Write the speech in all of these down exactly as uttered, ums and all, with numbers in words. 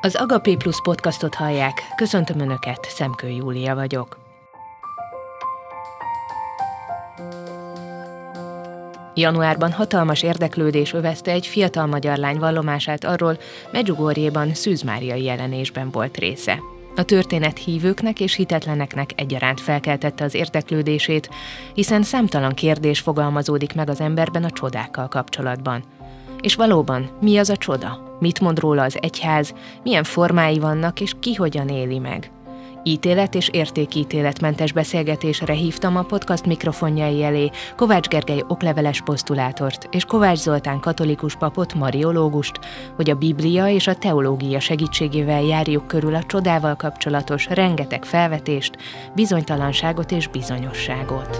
Az Agapé Plus podcastot hallják. Köszöntöm Önöket, Szemkő Júlia vagyok. Januárban hatalmas érdeklődés övezte egy fiatal magyar lány vallomását arról, Medjugorjéban szűzmáriai jelenésben volt része. A történet hívőknek és hitetleneknek egyaránt felkeltette az érdeklődését, hiszen számtalan kérdés fogalmazódik meg az emberben a csodákkal kapcsolatban. És valóban, mi az a csoda? Mit mond róla az egyház? Milyen formái vannak, és ki hogyan éli meg? Ítélet és értékítéletmentes beszélgetésre hívtam a podcast mikrofonjai elé Kovács Gergely okleveles posztulátort és Kovács Zoltán katolikus papot, mariológust, hogy a Biblia és a teológia segítségével járjuk körül a csodával kapcsolatos rengeteg felvetést, bizonytalanságot és bizonyosságot.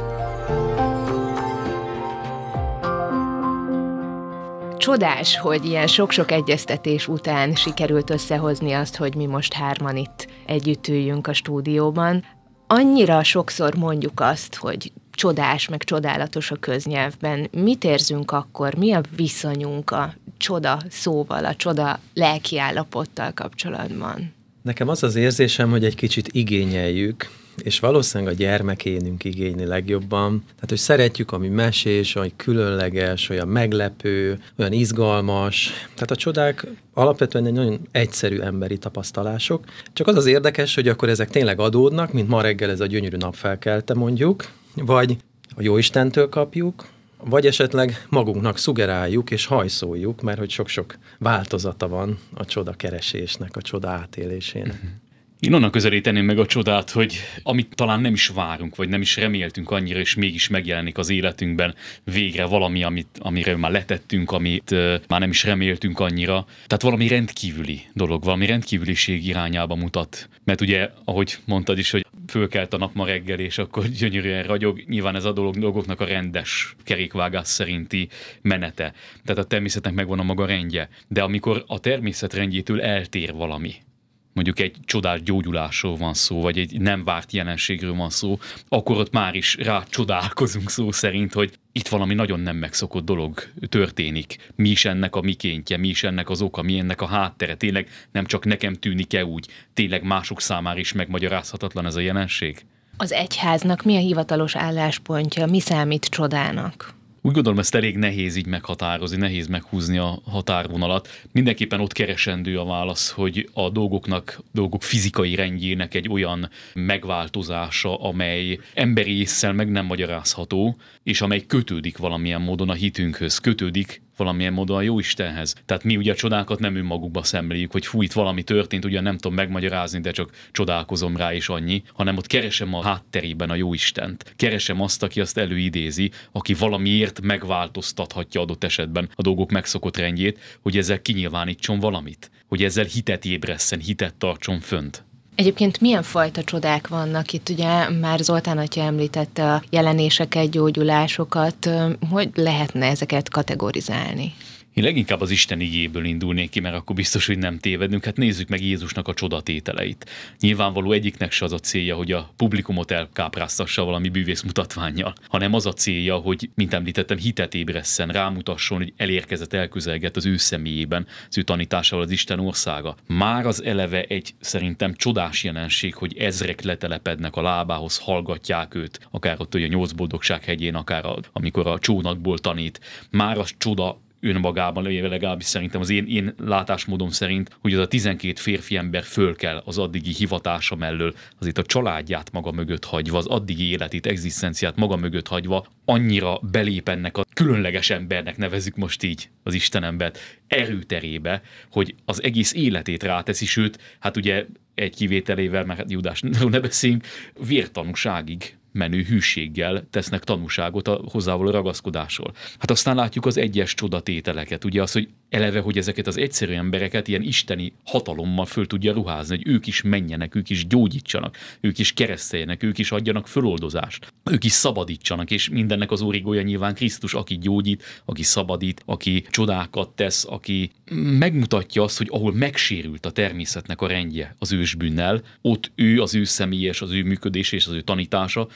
Csodás, hogy ilyen sok-sok egyeztetés után sikerült összehozni azt, hogy mi most hárman itt együtt üljünk a stúdióban. Annyira sokszor mondjuk azt, hogy csodás, meg csodálatos a köznyelvben. Mit érzünk akkor? Mi a viszonyunk a csoda szóval, a csoda lelkiállapottal kapcsolatban? Nekem az az érzésem, hogy egy kicsit igényeljük, és valószínűleg a gyermekénünk igényli legjobban. Tehát, hogy szeretjük, ami mesés, olyan különleges, olyan meglepő, olyan izgalmas. Tehát a csodák alapvetően egy nagyon egyszerű emberi tapasztalások. Csak az az érdekes, hogy akkor ezek tényleg adódnak, mint ma reggel ez a gyönyörű napfelkelte mondjuk, vagy a Jóistentől kapjuk, vagy esetleg magunknak szugeráljuk és hajszoljuk, mert hogy sok-sok változata van a csoda keresésnek, a csoda átélésének. Uh-huh. Én onnan közelíteném meg a csodát, hogy amit talán nem is várunk, vagy nem is reméltünk annyira, és mégis megjelenik az életünkben végre valami, amit, amire már letettünk, amit uh, már nem is reméltünk annyira. Tehát valami rendkívüli dolog, valami rendkívüliség irányába mutat. Mert ugye, ahogy mondtad is, hogy fölkelt a nap ma reggel, és akkor gyönyörűen ragyog, nyilván ez a dolog, dolgoknak a rendes kerékvágás szerinti menete. Tehát a természetnek megvan a maga rendje. De amikor a természet rendjétől eltér valami, mondjuk egy csodás gyógyulásról van szó, vagy egy nem várt jelenségről van szó, akkor ott már is rá csodálkozunk szó szerint, hogy itt valami nagyon nem megszokott dolog történik. Mi is ennek a mikéntje, mi is ennek az oka, mi ennek a háttere. Tényleg nem csak nekem tűnik-e úgy, tényleg mások számára is megmagyarázhatatlan ez a jelenség? Az egyháznak mi a hivatalos álláspontja, mi számít csodának? Úgy gondolom, ezt elég nehéz így meghatározni, nehéz meghúzni a határvonalat. Mindenképpen ott keresendő a válasz, hogy a dolgoknak, dolgok fizikai rendjének egy olyan megváltozása, amely emberi ésszel meg nem magyarázható, és amely kötődik valamilyen módon a hitünkhöz, kötődik valamilyen módon a Jóistenhez. Tehát mi ugye a csodákat nem önmagukba szemléljük, hogy fú, itt valami történt, ugye nem tudom megmagyarázni, de csak csodálkozom rá és annyi, hanem ott keresem a hátterében a Jóistent. Keresem azt, aki azt előidézi, aki valamiért megváltoztathatja adott esetben a dolgok megszokott rendjét, hogy ezzel kinyilvánítson valamit, hogy ezzel hitet ébresszen, hitet tartson fönt. Egyébként milyen fajta csodák vannak? Itt ugye már Zoltán atya említette a jelenéseket, gyógyulásokat. Hogy lehetne ezeket kategorizálni? Én leginkább az Isten igéből indulnék ki, mert akkor biztos, hogy nem tévedünk. Hát nézzük meg Jézusnak a csodatételeit. Nyilvánvaló egyiknek se az a célja, hogy a publikumot elkápráztassa valami bűvész mutatvánnyal, hanem az a célja, hogy, mint említettem, hitet ébresszen, rámutasson, hogy elérkezett, elközelgett az ő személyében, az ő tanításával az Isten országa. Már az eleve egy szerintem csodás jelenség, hogy ezrek letelepednek a lábához, hallgatják őt, akár ott a nyolc boldogság hegyén, akár a, amikor a csónakból tanít. Már az csoda önmagában, legalábbis szerintem az én, én látásmódom szerint, hogy az a tizenkét férfi ember föl kell az addigi hivatása mellől, azért a családját maga mögött hagyva, az addigi életét, egzisztenciát maga mögött hagyva, annyira belép ennek a különleges embernek, nevezzük most így az Istenembert, erőterébe, hogy az egész életét ráteszi, sőt, hát ugye egy kivételével, mert hát Judásról ne beszéljünk, vértanúságig menő hűséggel tesznek tanúságot a hozzávaló ragaszkodásról. Hát aztán látjuk az egyes csodatételeket, ugye az, hogy eleve, hogy ezeket az egyszerű embereket ilyen isteni hatalommal föl tudja ruházni, hogy ők is menjenek, ők is gyógyítsanak, ők is kereszteljenek, ők is adjanak föloldozást, ők is szabadítsanak, és mindennek az origója nyilván Krisztus, aki gyógyít, aki szabadít, aki csodákat tesz, aki megmutatja azt, hogy ahol megsérült a természetnek a rendje az ősbűnnel, ott ő, az ő személye és az ő működése és az ő tanítása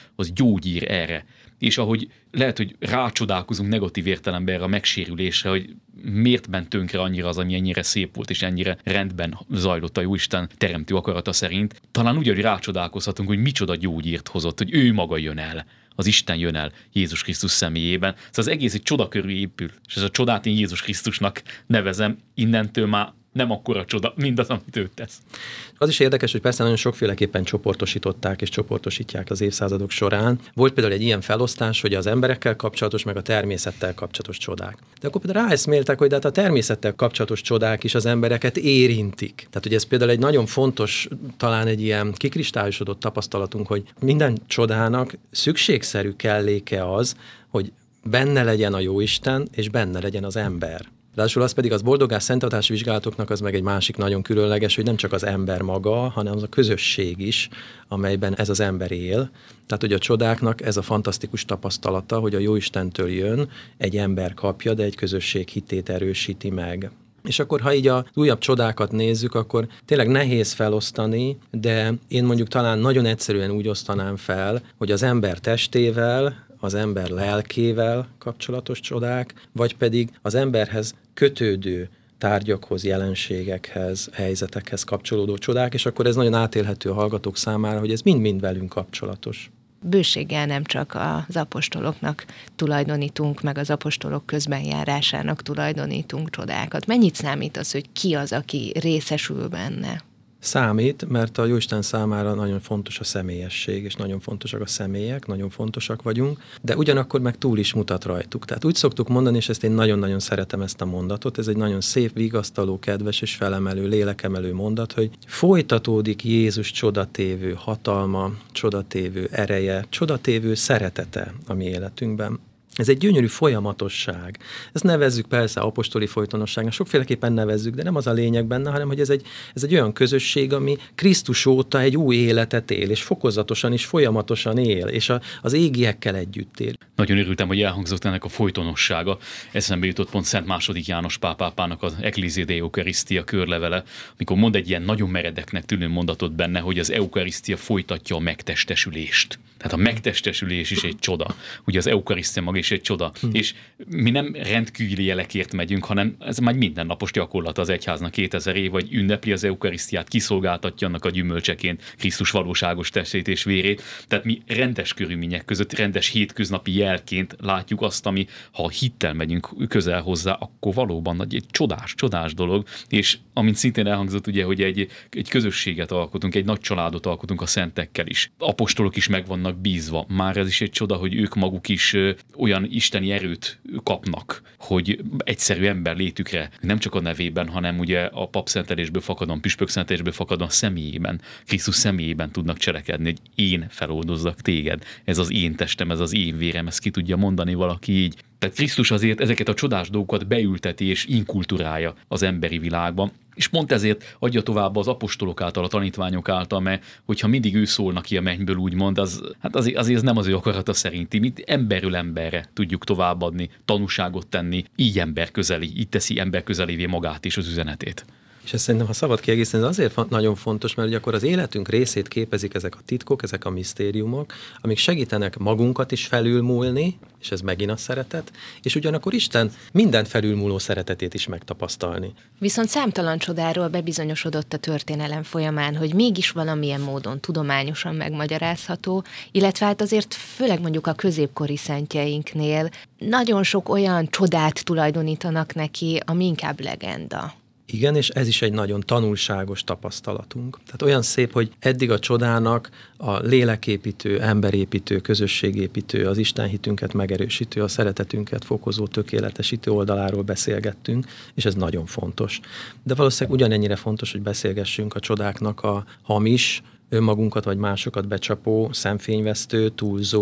az gyógyír erre. És ahogy lehet, hogy rácsodálkozunk negatív értelemben erre a megsérülésre, hogy miért ment tönkre annyira az, ami ennyire szép volt, és ennyire rendben zajlott a Jóisten teremtő akarata szerint, talán úgy, hogy rácsodálkozhatunk, hogy micsoda gyógyírt hozott, hogy ő maga jön el. Az Isten jön el Jézus Krisztus személyében. Szóval az egész egy csoda körül épül, és ez a csodát én Jézus Krisztusnak nevezem, innentől már nem akkora csoda, mindaz, amit ő tesz. Az is érdekes, hogy persze nagyon sokféleképpen csoportosították és csoportosítják az évszázadok során. Volt például egy ilyen felosztás, hogy az emberekkel kapcsolatos, meg a természettel kapcsolatos csodák. De akkor például ráeszméltek, hogy de hát a természettel kapcsolatos csodák is az embereket érintik. Tehát, hogy ez például egy nagyon fontos, talán egy ilyen kikristályosodott tapasztalatunk, hogy minden csodának szükségszerű kelléke az, hogy benne legyen a Jóisten, és benne legyen az ember. Ráadásul az pedig az boldogás szenttartási vizsgálatoknak az meg egy másik nagyon különleges, hogy nem csak az ember maga, hanem az a közösség is, amelyben ez az ember él. Tehát, hogy a csodáknak ez a fantasztikus tapasztalata, hogy a Jóistentől jön, egy ember kapja, de egy közösség hitét erősíti meg. És akkor, ha így az újabb csodákat nézzük, akkor tényleg nehéz felosztani, de én mondjuk talán nagyon egyszerűen úgy osztanám fel, hogy az ember testével, az ember lelkével kapcsolatos csodák, vagy pedig az emberhez kötődő tárgyakhoz, jelenségekhez, helyzetekhez kapcsolódó csodák, és akkor ez nagyon átélhető a hallgatók számára, hogy ez mind-mind velünk kapcsolatos. Bőséggel nem csak az apostoloknak tulajdonítunk, meg az apostolok közbenjárásának tulajdonítunk csodákat. Mennyit számít az, hogy ki az, aki részesül benne? Számít, mert a Jóisten számára nagyon fontos a személyesség, és nagyon fontosak a személyek, nagyon fontosak vagyunk, de ugyanakkor meg túl is mutat rajtuk. Tehát úgy szoktuk mondani, és ezt én nagyon-nagyon szeretem ezt a mondatot, ez egy nagyon szép, vigasztaló, kedves és felemelő, lélekemelő mondat, hogy folytatódik Jézus csodatévő hatalma, csodatévő ereje, csodatévő szeretete a mi életünkben. Ez egy gyönyörű folyamatosság. Ezt nevezzük persze apostoli folytonosságnak, sokféleképpen nevezzük, de nem az a lényeg benne, hanem hogy ez egy, ez egy olyan közösség, ami Krisztus óta egy új életet él, és fokozatosan és folyamatosan él, és a, az égiekkel együtt él. Nagyon örültem, hogy elhangzott ennek a folytonossága. Eszembe jutott pont Szent második János pápápának az Ecclesiae de Eucharistia körlevele, amikor mond egy ilyen nagyon meredeknek tűnő mondatot benne, hogy az Eucharistia folytatja a megtestesülést. Tehát a megtestesülés is egy csoda. Ugye az Eucharistia maga is egy csoda. Hm. És mi nem rendkívüli jelekért megyünk, hanem ez már mindennapos gyakorlat az egyháznak kétezer év, vagy ünnepli az Eucharisztiát, kiszolgáltatja annak a gyümölcseként Krisztus valóságos testét és vérét. Tehát mi rendes körülmények között, rendes hétköznapi jelként látjuk azt, ami ha hittel megyünk közel hozzá, akkor valóban egy csodás, csodás dolog. És amint szintén elhangzott, ugye, hogy egy, egy közösséget alkotunk, egy nagy családot alkotunk a szentekkel is. Apostolok is meg vannak bízva. Már ez is egy csoda, hogy ők maguk is olyan isteni erőt kapnak, hogy egyszerű ember létükre, nem csak a nevében, hanem ugye a papszentelésből fakadon, püspökszentelésből fakadon személyében, Krisztus személyében tudnak cselekedni, hogy én feloldozzak téged. Ez az én testem, ez az én vérem, ezt ki tudja mondani valaki így. Tehát Krisztus azért ezeket a csodás dolgokat beülteti és inkulturálja az emberi világban, és pont ezért adja tovább az apostolok által, a tanítványok által, mert hogyha mindig ő szólnak ki a mennyből, úgymond, az, hát azért, azért ez nem az ő akarata szerinti. Mi emberről emberre tudjuk továbbadni, tanúságot tenni, így ember közeli, így teszi ember közelévé magát és az üzenetét. És ezt szerintem, ha szabad kiegészíteni, ez azért nagyon fontos, mert ugye akkor az életünk részét képezik ezek a titkok, ezek a misztériumok, amik segítenek magunkat is felülmúlni, és ez megint a szeretet, és ugyanakkor Isten mindent felülmúló szeretetét is megtapasztalni. Viszont számtalan csodáról bebizonyosodott a történelem folyamán, hogy mégis valamilyen módon tudományosan megmagyarázható, illetve hát azért főleg mondjuk a középkori szentjeinknél nagyon sok olyan csodát tulajdonítanak neki, ami inkább legenda. Igen, és ez is egy nagyon tanulságos tapasztalatunk. Tehát olyan szép, hogy eddig a csodának a léleképítő, emberépítő, közösségépítő, az istenhitünket megerősítő, a szeretetünket fokozó, tökéletesítő oldaláról beszélgettünk, és ez nagyon fontos. De valószínűleg ugyanennyire fontos, hogy beszélgessünk a csodáknak a hamis, önmagunkat vagy másokat becsapó, szemfényvesztő, túlzó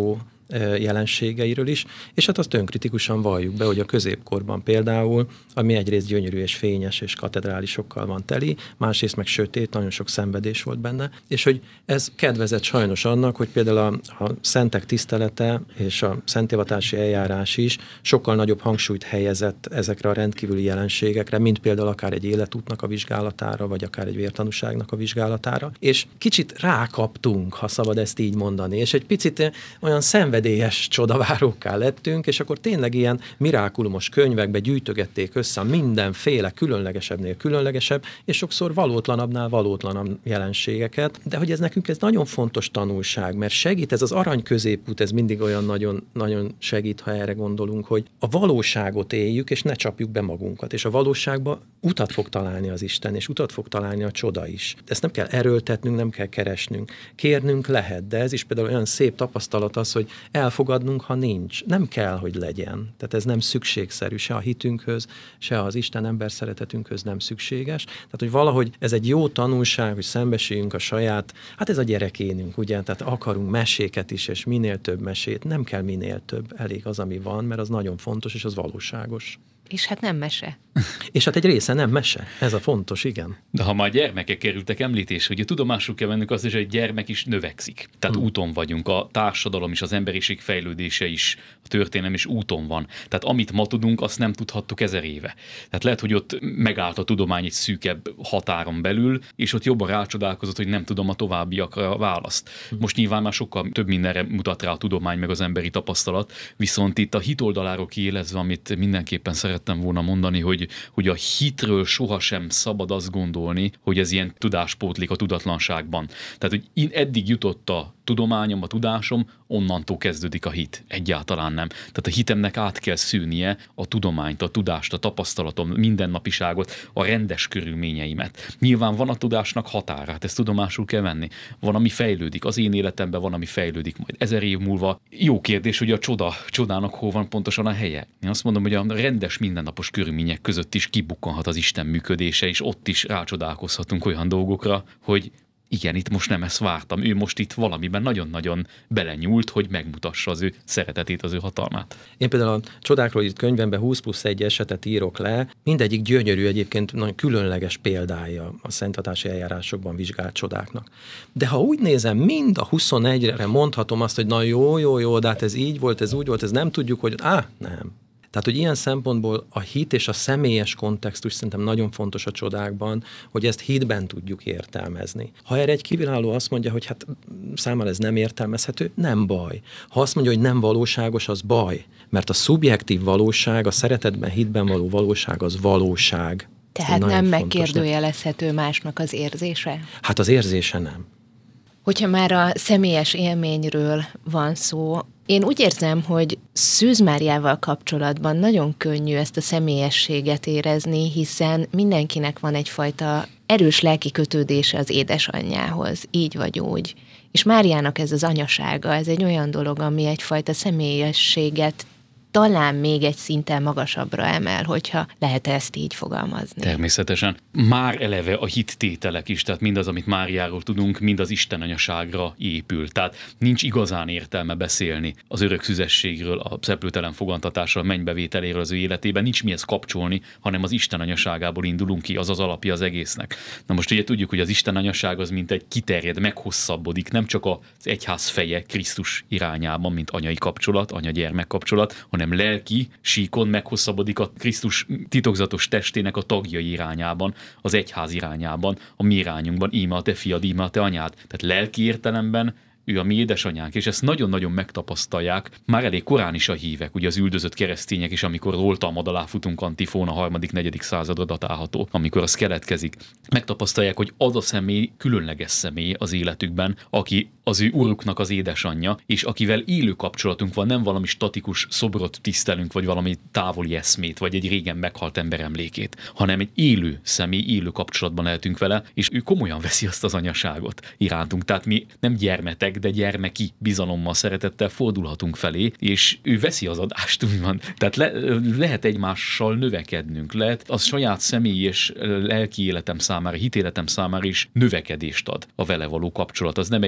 jelenségeiről is, és hát azt önkritikusan valljuk be, hogy a középkorban például, ami egyrészt gyönyörű és fényes és katedrálisokkal van teli, másrészt meg sötét, nagyon sok szenvedés volt benne, és hogy ez kedvezett sajnos annak, hogy például a, a szentek tisztelete és a szenthivatási eljárás is sokkal nagyobb hangsúlyt helyezett ezekre a rendkívüli jelenségekre, mint például akár egy életútnak a vizsgálatára, vagy akár egy vértanúságnak a vizsgálatára, és kicsit rákaptunk, ha szabad ezt így mondani, és egy picit olyan szenvedélyes csodavárókká lettünk, és akkor tényleg ilyen mirákulumos könyvekbe gyűjtögették össze mindenféle különlegesebbnél különlegesebb, és sokszor valótlanabbnál valótlanabb jelenségeket, de hogy ez nekünk ez nagyon fontos tanulság, mert segít, ez az arany középút, ez mindig olyan nagyon, nagyon segít, ha erre gondolunk, hogy a valóságot éljük, és ne csapjuk be magunkat, és a valóságba utat fog találni az Isten, és utat fog találni a csoda is. Ezt nem kell erőltetnünk, nem kell keresnünk. Kérnünk lehet, de ez is például olyan szép tapasztalat az, hogy elfogadnunk, ha nincs. Nem kell, hogy legyen. Tehát ez nem szükségszerű, se a hitünkhöz, se az Isten ember szeretetünkhöz nem szükséges. Tehát, hogy valahogy ez egy jó tanulság, hogy szembesüljünk a saját, hát ez a gyerekénünk, ugye? Tehát akarunk meséket is, és minél több mesét. Nem kell minél több, elég az, ami van, mert az nagyon fontos, és az valóságos. És hát nem mese. És hát egy része nem mese. Ez a fontos, igen. De ha már gyermekek kerültek említésre, ugye tudomásul kell vennünk azt is, hogy egy gyermek is növekszik. Tehát hmm. úton vagyunk, a társadalom és az emberiség fejlődése is, a történelem is úton van. Tehát amit ma tudunk, azt nem tudhattuk ezer éve. Tehát lehet, hogy ott megállt a tudomány egy szűkebb határon belül, és ott jobban rácsodálkozott, hogy nem tudom a továbbiakra a választ. Hmm. Most nyilván már sokkal több mindenre mutat rá a tudomány, meg az emberi tapasztalat, viszont itt a hit oldaláról kiélezve, amit mindenképpen szerettem volna mondani, hogy hogy a hitről sohasem szabad azt gondolni, hogy ez ilyen tudáspótlik a tudatlanságban. Tehát, hogy eddig jutott a tudományom, a tudásom, onnantól kezdődik a hit. Egyáltalán nem. Tehát a hitemnek át kell szűrnie a tudományt, a tudást, a tapasztalatom, mindennapiságot, a rendes körülményeimet. Nyilván van a tudásnak határát, ezt tudomásul kell venni. Van, ami fejlődik. Az én életemben van, ami fejlődik majd ezer év múlva. Jó kérdés, hogy a csoda, csodának hol van pontosan a helye. Én azt mondom, hogy a rendes mindennapos körülmények között is kibukkanhat az Isten működése, és ott is rácsodálkozhatunk olyan dolgokra, hogy igen, itt most nem ezt vártam. Ő most itt valamiben nagyon-nagyon belenyúlt, hogy megmutassa az ő szeretetét, az ő hatalmát. Én például a csodákról írt könyvemben húsz plusz egy esetet írok le. Mindegyik gyönyörű, egyébként nagyon különleges példája a szenthatási eljárásokban vizsgált csodáknak. De ha úgy nézem, mind a huszonegyre mondhatom azt, hogy na jó, jó, jó, de hát ez így volt, ez úgy volt, ez nem tudjuk, hogy á, nem. Tehát, hogy ilyen szempontból a hit és a személyes kontextus szerintem nagyon fontos a csodákban, hogy ezt hitben tudjuk értelmezni. Ha erre egy kívülálló azt mondja, hogy hát számára ez nem értelmezhető, nem baj. Ha azt mondja, hogy nem valóságos, az baj. Mert a szubjektív valóság, a szeretetben, hitben való valóság, az valóság. Tehát nem megkérdőjelezhető másnak az érzése? Hát az érzése nem. Hogyha már a személyes élményről van szó, én úgy érzem, hogy Szűz Máriával kapcsolatban nagyon könnyű ezt a személyességet érezni, hiszen mindenkinek van egyfajta erős lelki kötődése az édesanyjához, így vagy úgy. És Máriának ez az anyasága, ez egy olyan dolog, ami egyfajta személyességet talán még egy szinten magasabbra emel, hogyha lehet ezt így fogalmazni. Természetesen. Már eleve a hittételek is, tehát mindaz, amit Máriáról tudunk, mind az istenanyaságra épül. Tehát nincs igazán értelme beszélni az örök szüzességről, a szeplőtelen fogantatásról, a mennybevételéről az ő életében. Nincs mihez kapcsolni, hanem az istenanyaságából indulunk ki, az az alapja az egésznek. Na most ugye tudjuk, hogy az istenanyaság az mint egy kiterjed, meghosszabbodik, nem csak az egyház feje Krisztus irányában, mint anyai kapcsolat, anya-gyermek kapcsolat, hanem lelki síkon meghosszabbodik a Krisztus titokzatos testének a tagjai irányában, az egyház irányában, a mi irányunkban, íme a te fiad, íme a te anyád. Tehát lelki értelemben ő a mi édesanyánk, és ezt nagyon-nagyon megtapasztalják, már elég korán is a hívek, ugye az üldözött keresztények is, amikor roltalmad alá futunk antifón, a harmadik, negyedik századra datálható, amikor az keletkezik. Megtapasztalják, hogy az a személy különleges személy az életükben, aki az ő uruknak az édesanyja, és akivel élő kapcsolatunk van, nem valami statikus szobrot tisztelünk, vagy valami távoli eszmét, vagy egy régen meghalt ember emlékét, hanem egy élő személy, élő kapcsolatban lehetünk vele, és ő komolyan veszi azt az anyaságot irántunk. Tehát mi nem gyermetek, de gyermeki bizalommal, szeretettel fordulhatunk felé, és ő veszi az adást, úgymond. Tehát le, lehet egymással növekednünk, lehet az saját személyi és lelki életem számára, hitéletem számára is növekedést ad a vele való kapcsolat. Az nem egy infantil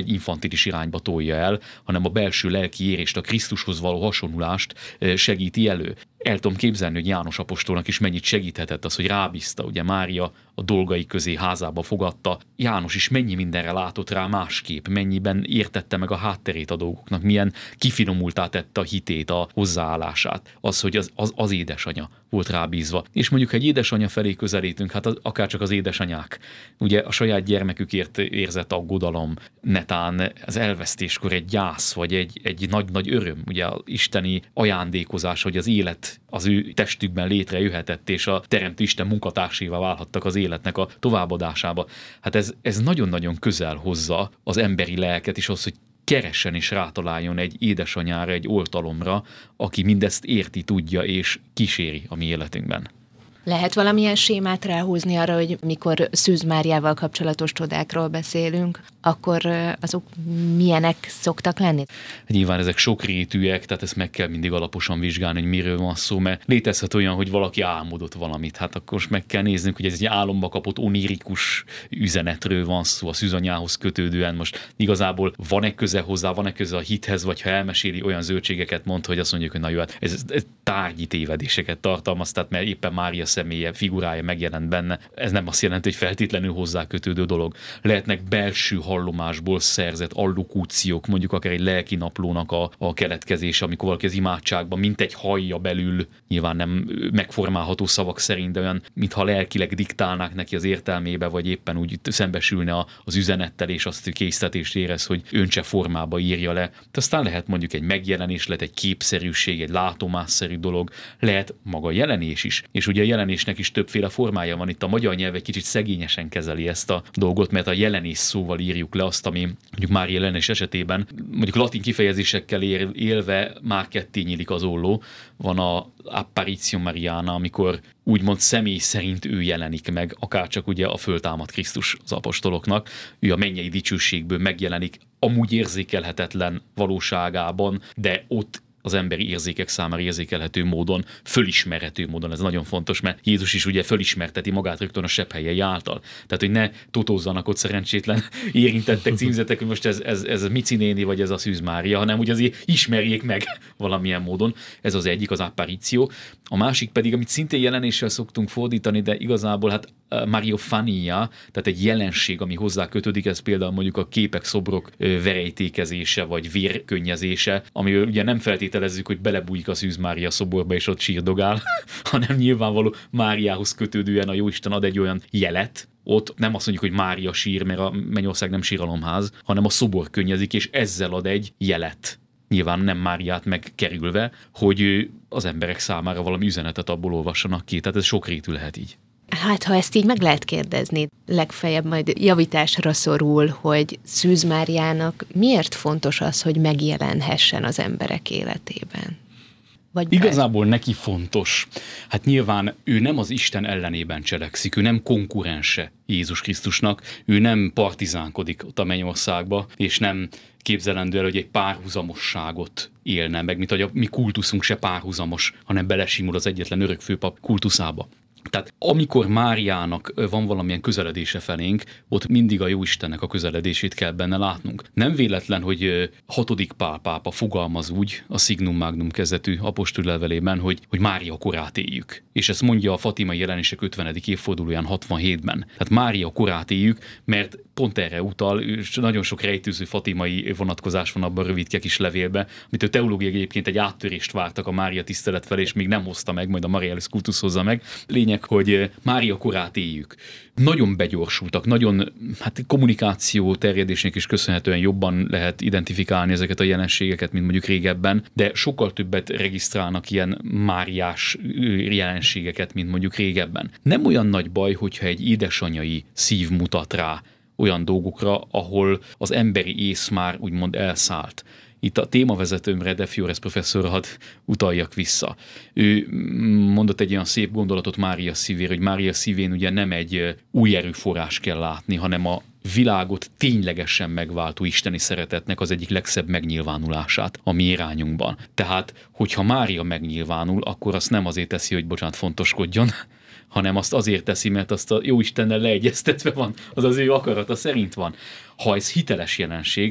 kompatibilis irányba tolja el, hanem a belső lelki érést, a Krisztushoz való hasonlulást segíti elő. El tudom képzelni, hogy János apostolnak is mennyit segíthetett az, hogy rábízta, ugye Mária a dolgai közé házába fogadta. János is mennyi mindenre látott rá másképp, mennyiben értette meg a hátterét a dolgoknak, milyen kifinomultá tette a hitét, a hozzáállását. Az, hogy az, az, az édesanyja volt rábízva. És mondjuk, ha egy édesanyja felé közelítünk, hát az, akár csak az édesanyák, ugye a saját gyermekükért érzett aggodalom, netán az elvesztéskor egy gyász, vagy egy, egy nagy-nagy öröm, ugye az isteni ajándékozás, hogy az élet az ő testükben létrejöhetett, és a Teremtő Isten munkatársává válhattak az életnek a továbbadásába. Hát ez, ez nagyon-nagyon közel hozza az emberi lelket, és az, hogy keressen és rátaláljon egy édesanyára, egy oltalomra, aki mindezt érti, tudja és kíséri a mi életünkben. Lehet valamilyen sémát ráhúzni arra, hogy mikor Szűz Máriával kapcsolatos csodákról beszélünk, akkor azok milyenek szoktak lenni? Nyilván ezek sokrétűek, tehát ezt meg kell mindig alaposan vizsgálni, hogy miről van szó, mert létezhet olyan, hogy valaki álmodott valamit. Hát akkor most meg kell néznünk, hogy ez egy álomba kapott onirikus üzenetről van szó, a szűzanyához kötődően. Most igazából van-e köze hozzá, van-e köze a hithez, vagy ha elmeséli, olyan zöldségeket mond, hogy azt mondjuk, hogy na jó, hát ez, ez tárgyi tévedéseket tartalmaz, tehát mert éppen Mária személye, figurája megjelent benne. Ez nem azt jelenti, hogy feltétlenül hozzá kötődő dolog. Lehetnek belső hallomásból szerzett allokúciók, mondjuk akár egy lelki naplónak a, a keletkezése, amikor valaki az imádságban, mint egy hallja belül, nyilván nem megformálható szavak szerint, de olyan, mintha lelkileg diktálnák neki az értelmébe, vagy éppen úgy szembesülne az üzenettel, és azt késztetést érez, hogy öncse formába írja le. De aztán lehet mondjuk egy megjelenés, lehet egy képszerűség, egy látomásszerű dolog, lehet maga jelenés is. És ugye a jelenésnek is többféle formája van. Itt a magyar nyelv egy kicsit szegényesen kezeli ezt a dolgot, mert a jelenés szóval írjuk le azt, ami mondjuk Mária jelenés esetében mondjuk latin kifejezésekkel él, élve már ketté nyílik az olló. Van a Apparition Mariana, amikor úgymond személy szerint ő jelenik meg, akárcsak ugye a föltámadt Krisztus az apostoloknak. Ő a mennyei dicsőségből megjelenik amúgy érzékelhetetlen valóságában, de ott az emberi érzékek számára érzékelhető módon, fölismerhető módon, ez nagyon fontos, mert Jézus is ugye fölismerteti magát rögtön a sebhelye által. Tehát, hogy ne totózzanak ott szerencsétlen érintettek, címzetek, hogy most ez, ez, ez Mici néni, vagy ez a Szűz Mária, hanem úgy azért ismerjék meg valamilyen módon. Ez az egyik, az apparíció. A másik pedig, amit szintén jelenéssel szoktunk fordítani, de igazából hát Mariofania, tehát egy jelenség, ami hozzá kötődik, ez például mondjuk a képek, szobrok verejtékezése, vagy vérkönnyezése, amiről ugye nem feltételezzük, hogy belebújik a Szűz Mária szoborba, és ott sírdogál, hanem nyilvánvaló Máriához kötődően a Jóisten ad egy olyan jelet, ott nem azt mondjuk, hogy Mária sír, mert a Mennyország nem síralomház, hanem a szobor könnyezik, és ezzel ad egy jelet. Nyilván nem Máriát megkerülve, hogy az emberek számára valami üzenetet abból olvassanak ki. Tehát ez sokrétű lehet így. Hát, ha ezt így meg lehet kérdezni, legfeljebb majd javításra szorul, hogy Szűz Máriának miért fontos az, hogy megjelenhessen az emberek életében? Vagy igazából bár... neki fontos. Hát nyilván ő nem az Isten ellenében cselekszik, ő nem konkurense Jézus Krisztusnak, ő nem partizánkodik ott a Mennyországba, és nem képzelendő el, hogy egy párhuzamosságot élne meg, mint hogy a mi kultuszunk se párhuzamos, hanem belesimul az egyetlen örökfőpap kultuszába. Tehát amikor Máriának van valamilyen közeledése felénk, ott mindig a Jóistennek a közeledését kell benne látnunk. Nem véletlen, hogy hatodik Pál pápa fogalmaz úgy a Signum Magnum kezdetű apostoli levelében, hogy, hogy Mária korát éljük. És ezt mondja a Fatimai jelenések ötvenedik évfordulóján hatvanhétben. Tehát Mária korát éljük, mert pont erre utal, és nagyon sok rejtőző fatimai vonatkozás van abban a rövidke kis levélben, amit a teológiai egyébként egy áttörést vártak a Mária tisztelet felé, és még nem hozta meg, majd a Marialis kultusz hozza meg. Lényeg, hogy Mária korát éljük. Nagyon begyorsultak, nagyon, hát kommunikáció terjedésnek is köszönhetően jobban lehet identifikálni ezeket a jelenségeket, mint mondjuk régebben, de sokkal többet regisztrálnak ilyen máriás jelenségeket, mint mondjuk régebben. Nem olyan nagy baj, hogyha egy édesanyai szív mutat rá olyan dolgokra, ahol az emberi ész már úgymond elszállt. Itt a témavezetőmre, De Fiores professzorra hadd utaljak vissza. Ő mondott egy olyan szép gondolatot Mária szívéről, hogy Mária szívén ugye nem egy új erőforrás kell látni, hanem a világot ténylegesen megváltó isteni szeretetnek az egyik legszebb megnyilvánulását a mi irányunkban. Tehát, hogyha Mária megnyilvánul, akkor azt nem azért teszi, hogy bocsánat, fontoskodjon, hanem azt azért teszi, mert azt a Jóistennel leegyeztetve van, az az ő akarata szerint van. Ha ez hiteles jelenség,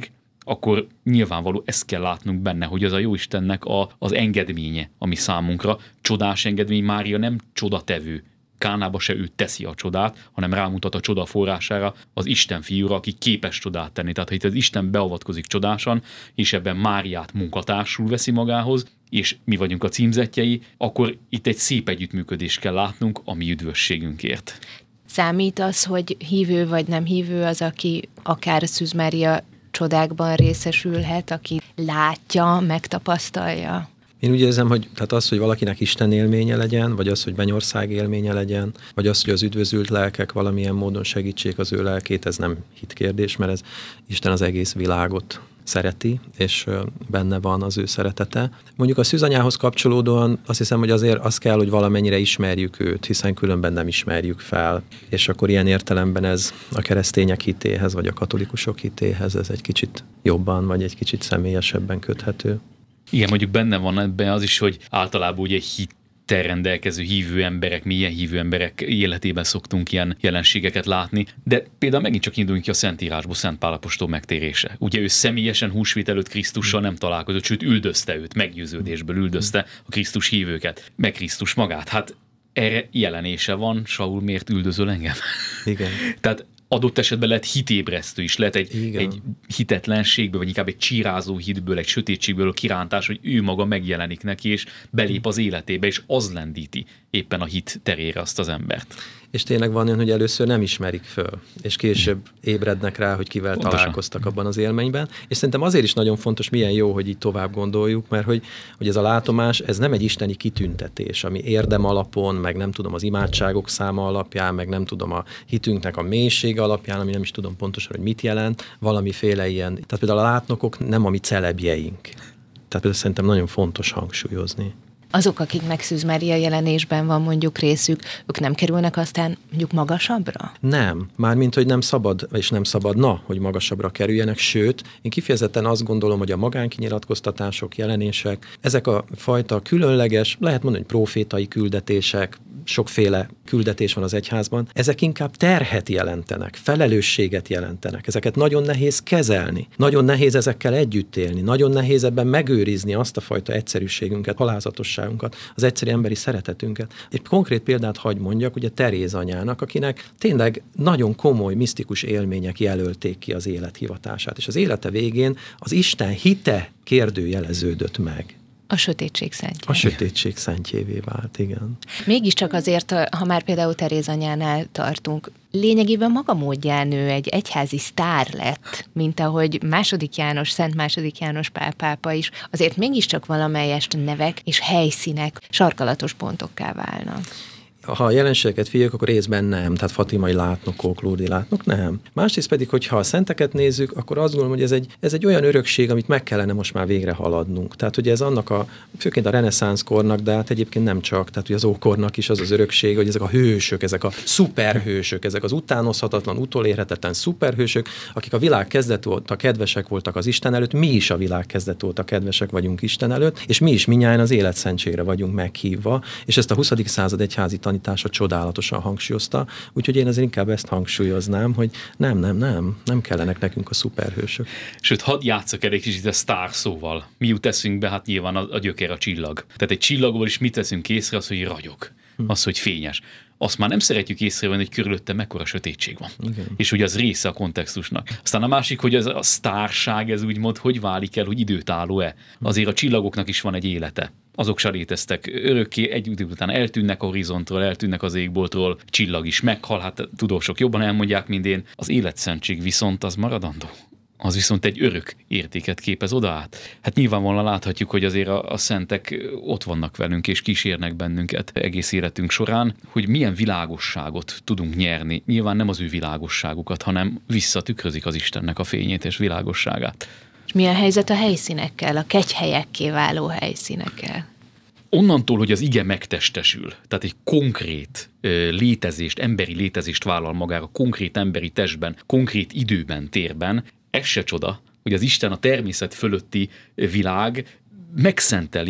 akkor nyilvánvaló ezt kell látnunk benne, hogy az a Jóistennek a, az engedménye, ami számunkra. Csodás engedmény, Mária nem csodatevő. Kánába se ő teszi a csodát, hanem rámutat a csoda forrására, az Isten fiúra, aki képes csodát tenni. Tehát, ha itt az Isten beavatkozik csodásan, és ebben Máriát munkatársul veszi magához, és mi vagyunk a címzettjei, akkor itt egy szép együttműködést kell látnunk a mi üdvösségünkért. Számít az, hogy hívő vagy nem hívő az, aki akár Szűz Mária csodákban részesülhet, aki látja, megtapasztalja? Én úgy érzem, hogy tehát az, hogy valakinek Isten élménye legyen, vagy az, hogy mennyország élménye legyen, vagy az, hogy az üdvözült lelkek valamilyen módon segítsék az ő lelkét, ez nem hitkérdés, mert ez Isten az egész világot szereti, és benne van az ő szeretete. Mondjuk a szűzanyához kapcsolódóan azt hiszem, hogy azért az kell, hogy valamennyire ismerjük őt, hiszen különben nem ismerjük fel. És akkor ilyen értelemben ez a keresztények hitéhez, vagy a katolikusok hitéhez, ez egy kicsit jobban, vagy egy kicsit személyesebben köthető. Igen, mondjuk benne van ebben az is, hogy általában ugye hittel rendelkező hívő emberek, milyen hívő emberek életében szoktunk ilyen jelenségeket látni, de például megint csak induljunk ki a Szentírásból, Szent Pál apostol megtérése. Ugye ő személyesen húsvét előtt Krisztussal nem találkozott, sőt üldözte őt, meggyőződésből üldözte a Krisztus hívőket, meg Krisztus magát. Hát erre jelenése van, Saul, miért üldözöl engem? Igen. Tehát adott esetben lehet hitébresztő is, lehet egy, egy hitetlenségből, vagy inkább egy csírázó hitből, egy sötétségből a kirántás, hogy ő maga megjelenik neki, és belép az életébe, és az lendíti éppen a hit terére azt az embert. És tényleg van olyan, hogy először nem ismerik föl, és később ébrednek rá, hogy kivel Pontosan. találkoztak abban az élményben. És szerintem azért is nagyon fontos, milyen jó, hogy így tovább gondoljuk, mert hogy, hogy ez a látomás, ez nem egy isteni kitüntetés, ami érdem alapon, meg nem tudom az imádságok száma alapján, meg nem tudom a hitünknek a mélysége alapján, ami nem is tudom pontosan, hogy mit jelent, valamiféle ilyen. Tehát például a látnokok nem a mi celebjeink. Tehát például szerintem nagyon fontos hangsúlyozni. Azok, akiknek Szűz Mária jelenésben van mondjuk részük, ők nem kerülnek aztán mondjuk magasabbra? Nem. Mármint, hogy nem szabad, és nem szabadna, hogy magasabbra kerüljenek, sőt, én kifejezetten azt gondolom, hogy a magánkinyilatkoztatások, jelenések, ezek a fajta különleges, lehet mondani, hogy profétai küldetések, sokféle küldetés van az egyházban, ezek inkább terhet jelentenek, felelősséget jelentenek. Ezeket nagyon nehéz kezelni, nagyon nehéz ezekkel együtt élni, nagyon nehéz ebben megőrizni azt a fajta egyszerűségünket, halázatosságunkat, az egyszerű emberi szeretetünket. Egy konkrét példát hagy mondjak, ugye Teréz anyának, akinek tényleg nagyon komoly, misztikus élmények jelölték ki az élethivatását, és az élete végén az Isten hite kérdőjeleződött meg. A sötétség szentjé. A sötétség szentjévé vált, igen. Mégiscsak azért, ha már például Teréz anyánál tartunk, lényegében maga módján ő egy egyházi sztár lett, mint ahogy második János, Szent második János Pál pápa is, azért mégiscsak valamelyest nevek és helyszínek sarkalatos pontokká válnak. Ha a jelenségeket figyeljük, akkor részben nem, tehát fatimai látnokok, lurdi látnok, nem. Másrészt pedig, hogyha a szenteket nézzük, akkor azt gondolom, hogy ez egy, ez egy olyan örökség, amit meg kellene most már végre haladnunk. Tehát, hogy ez annak a, főként a reneszánsz kornak, de hát egyébként nem csak, tehát, hogy az ókornak is az az örökség, hogy ezek a hősök, ezek a szuperhősök, ezek az utánozhatatlan, utolérhetetlen szuperhősök, akik a világ kezdet óta kedvesek voltak az Isten előtt, mi is a világ kezdet óta kedvesek vagyunk Isten előtt, és mi is mindnyájan az életszentségre vagyunk meghívva, és ezt a huszadik század egyházi tanítása csodálatosan hangsúlyozta, úgyhogy én azért inkább ezt hangsúlyoznám, hogy nem, nem, nem, nem kellenek nekünk a szuperhősök. Sőt, hadd játsszak el egy kicsit a sztár szóval. Mi jut eszünk be, hát nyilván a, a gyökér a csillag. Tehát egy csillagból is mit teszünk észre, az, hogy ragyog, az, hogy fényes. Azt már nem szeretjük észrevenni, hogy körülötte mekkora sötétség van. Igen. És hogy az része a kontextusnak. Aztán a másik, hogy az, a sztárság, ez úgymond, hogy válik el, hogy időtálló-e. Azért a csillagoknak is van egy élete. Azok se léteztek örökké, egy idő után eltűnnek a horizontról, eltűnnek az égboltról, csillag is meghal, hát tudósok jobban elmondják, mint én. Az életszentség viszont az maradandó. Az viszont egy örök értéket képez oda át. Hát nyilvánvalóan láthatjuk, hogy azért a, a szentek ott vannak velünk, és kísérnek bennünket egész életünk során, hogy milyen világosságot tudunk nyerni. Nyilván nem az ő világosságukat, hanem visszatükrözik az Istennek a fényét és világosságát. És mi a helyzet a helyszínekkel, a kegyhelyekké váló helyszínekkel? Onnantól, hogy az ige megtestesül, tehát egy konkrét ö, létezést, emberi létezést vállal magára, konkrét emberi testben, konkrét időben, térben, ez se csoda, hogy az Isten, a természet fölötti világ megszenteli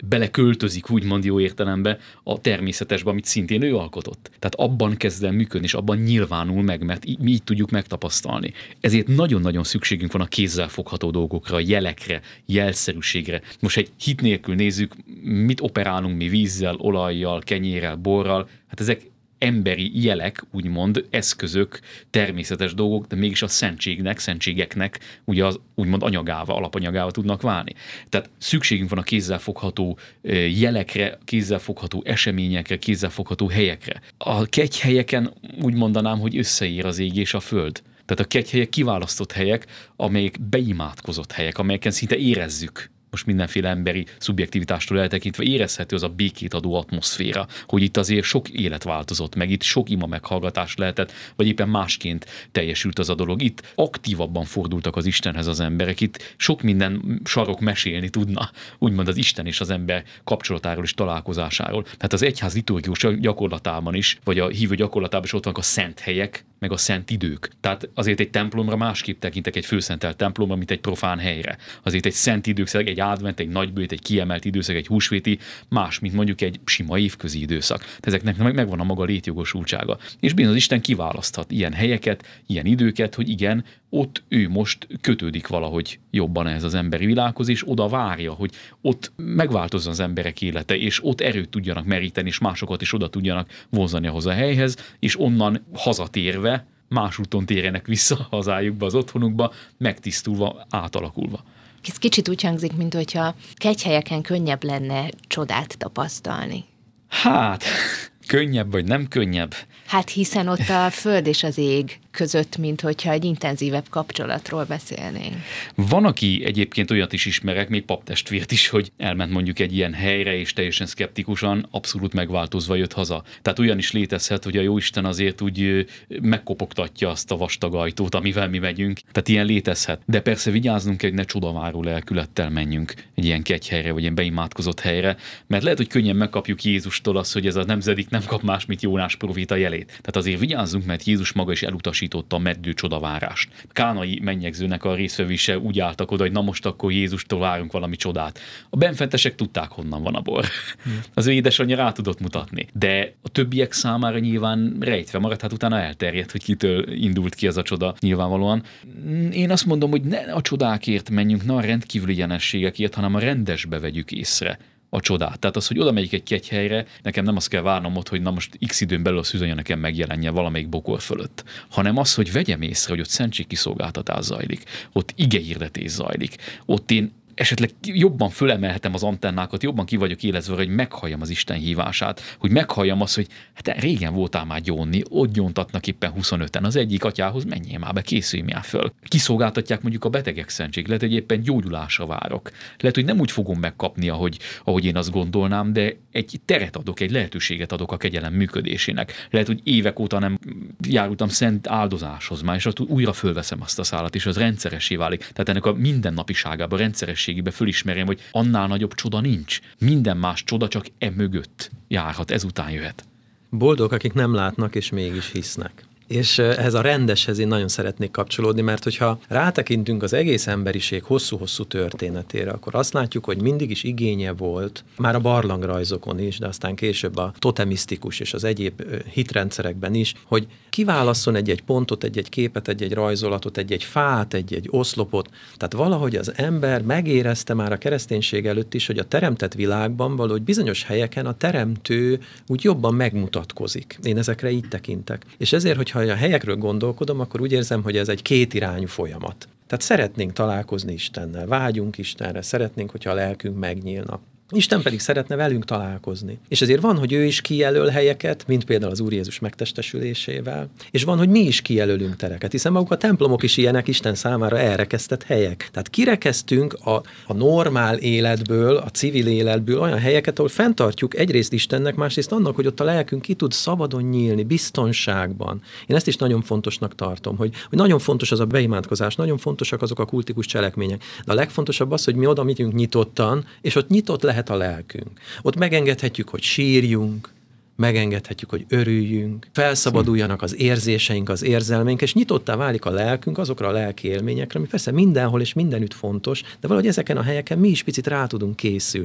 beleköltözik, úgymond jó értelembe a természetesbe, amit szintén ő alkotott. Tehát abban kezd el működni, és abban nyilvánul meg, mert így, mi így tudjuk megtapasztalni. Ezért nagyon-nagyon szükségünk van a kézzel fogható dolgokra, a jelekre, jelszerűségre. Most egy hit nélkül nézzük, mit operálunk mi vízzel, olajjal, kenyérrel, borral, hát ezek emberi jelek, úgymond eszközök, természetes dolgok, de mégis a szentségnek, szentségeknek ugye az úgymond anyagával, alapanyagával tudnak válni. Tehát szükségünk van a kézzelfogható jelekre, kézzelfogható eseményekre, kézzelfogható helyekre. A kegyhelyeken úgy mondanám, hogy összeér az ég és a föld. Tehát a kegyhelyek kiválasztott helyek, amelyek beimádkozott helyek, amelyeken szinte érezzük, most mindenféle emberi szubjektivitástól eltekintve érezhető az a békét adó atmoszféra, hogy itt azért sok élet változott meg, itt sok ima meghallgatás lehetett, vagy éppen másként teljesült az a dolog. Itt aktívabban fordultak az Istenhez az emberek, itt sok minden sarok mesélni tudna, úgymond az Isten és az ember kapcsolatáról és találkozásáról. Tehát az egyház liturgikus gyakorlatában is, vagy a hívő gyakorlatában is ott vannak a szent helyek, meg a szent idők. Tehát azért egy templomra másképp tekintek egy főszentelt templomra, mint egy profán helyre. Azért egy szent időszak, egy advent, egy nagybőjt, egy kiemelt időszak, egy húsvéti, más, mint mondjuk egy sima évközi időszak. Ezeknek meg megvan a maga létjogosultsága. És bizony az Isten kiválaszthat ilyen helyeket, ilyen időket, hogy igen, ott ő most kötődik valahogy jobban ehhez az emberi világhoz, és oda várja, hogy ott megváltozzon az emberek élete, és ott erőt tudjanak meríteni, és másokat is oda tudjanak vonzani ahhoz a helyhez, és onnan hazatérve, más úton térjenek vissza hazájukba, az otthonukba, megtisztulva, átalakulva. Ez kicsit úgy hangzik, mint hogyha kegyhelyeken könnyebb lenne csodát tapasztalni. Hát, könnyebb vagy nem könnyebb? Hát hiszen ott a föld és az ég között, mint hogyha egy intenzívebb kapcsolatról beszélnénk. Van, aki egyébként olyat is ismerek, még paptestvért is, hogy elment mondjuk egy ilyen helyre, és teljesen szkeptikusan, abszolút megváltozva jött haza. Tehát olyan is létezhet, hogy a Jóisten azért úgy megkopogtatja azt a vastag ajtót, amivel mi megyünk. Tehát ilyen létezhet. De persze vigyáznunk kell, hogy ne csodaváró lelkülettel menjünk egy ilyen kegyhelyre, vagy ilyen beimádkozott helyre, mert lehet, hogy könnyen megkapjuk Jézustól azt, hogy ez a nemzedék nem kap más, mint Jónás próféta jelét. Tehát azért vigyázzunk, mert Jézus maga is elutasította a meddő csodavárást. Kánai mennyegzőnek a résztvevőse úgy álltak oda, hogy na most akkor Jézustól várunk valami csodát. A benfentesek tudták, honnan van a bor. Hmm. Az ő édesanyja rá tudott mutatni. De a többiek számára nyilván rejtve maradt, hát utána elterjedt, hogy kitől indult ki ez a csoda nyilvánvalóan. Én azt mondom, hogy ne a csodákért menjünk, ne a rendkívüli jelenségekért, hanem a rendesbe vegyük észre a csodát. Tehát az, hogy oda megyek egy kegyhelyre, nekem nem azt kell várnom ott, hogy na most x időn belül a szűzanya nekem megjelenje valamelyik bokor fölött, hanem az, hogy vegyem észre, hogy ott szentségkiszolgáltatás zajlik, ott igehirdetés zajlik, ott én esetleg jobban fölemelhetem az antennákat, jobban ki vagyok élezve, hogy meghalljam az Isten hívását, hogy meghalljam azt, hogy hát régen voltál már gyónni, ott gyóntatnak éppen huszonöten, az egyik atyához menjél már be, készülj már föl. Kiszolgáltatják mondjuk a betegek szentség, lehet, hogy éppen gyógyulásra várok. Lehet, hogy nem úgy fogom megkapni, ahogy, ahogy én azt gondolnám, de egy teret adok, egy lehetőséget adok a kegyelem működésének. Lehet, hogy évek óta nem járultam szent áldozáshoz már, és újra fölveszem azt a szálat, és az rendszeressé válik. Tehát ennek a mindennapiságában rendszeres fölismerjem, hogy annál nagyobb csoda nincs. Minden más csoda csak e mögött járhat, ezután jöhet. Boldog, akik nem látnak és mégis hisznek. És ehhez a rendeshez én nagyon szeretnék kapcsolódni, mert hogyha rátekintünk az egész emberiség hosszú-hosszú történetére, akkor azt látjuk, hogy mindig is igénye volt, már a barlangrajzokon is, de aztán később a totemisztikus és az egyéb hitrendszerekben is, hogy kiválasszon egy-egy pontot, egy-egy képet, egy-egy rajzolatot, egy-egy fát, egy-egy oszlopot. Tehát valahogy az ember megérezte már a kereszténység előtt is, hogy a teremtett világban valahogy bizonyos helyeken a teremtő úgy jobban megmutatkozik. Én ezekre így tekintek. És ezért, hogyha ha a helyekről gondolkodom, akkor úgy érzem, hogy ez egy kétirányú folyamat. Tehát szeretnénk találkozni Istennel, vágyunk Istenre, szeretnénk, hogyha a lelkünk megnyílna. Isten pedig szeretne velünk találkozni. És ezért van, hogy ő is kijelöl helyeket, mint például az Úr Jézus megtestesülésével, és van, hogy mi is kijelölünk tereket, hiszen maguk a templomok is ilyenek, Isten számára elrekesztett helyek. Tehát kirekeztünk a, a normál életből, a civil életből olyan helyeket, ahol fenntartjuk egyrészt Istennek, másrészt annak, hogy ott a lelkünk ki tud szabadon nyílni, biztonságban. Én ezt is nagyon fontosnak tartom, hogy, hogy nagyon fontos az a beimádkozás, nagyon fontosak azok a kultikus cselekmények. De a legfontosabb az, hogy mi oda megyünk nyitottan, és ott nyitott lehet a lelkünk. Ott megengedhetjük, hogy sírjunk, megengedhetjük, hogy örüljünk, felszabaduljanak az érzéseink, az érzelmeink, és nyitottá válik a lelkünk azokra a lelki élményekre, ami persze mindenhol és mindenütt fontos, de valahogy ezeken a helyeken mi is picit rá tudunk készülni.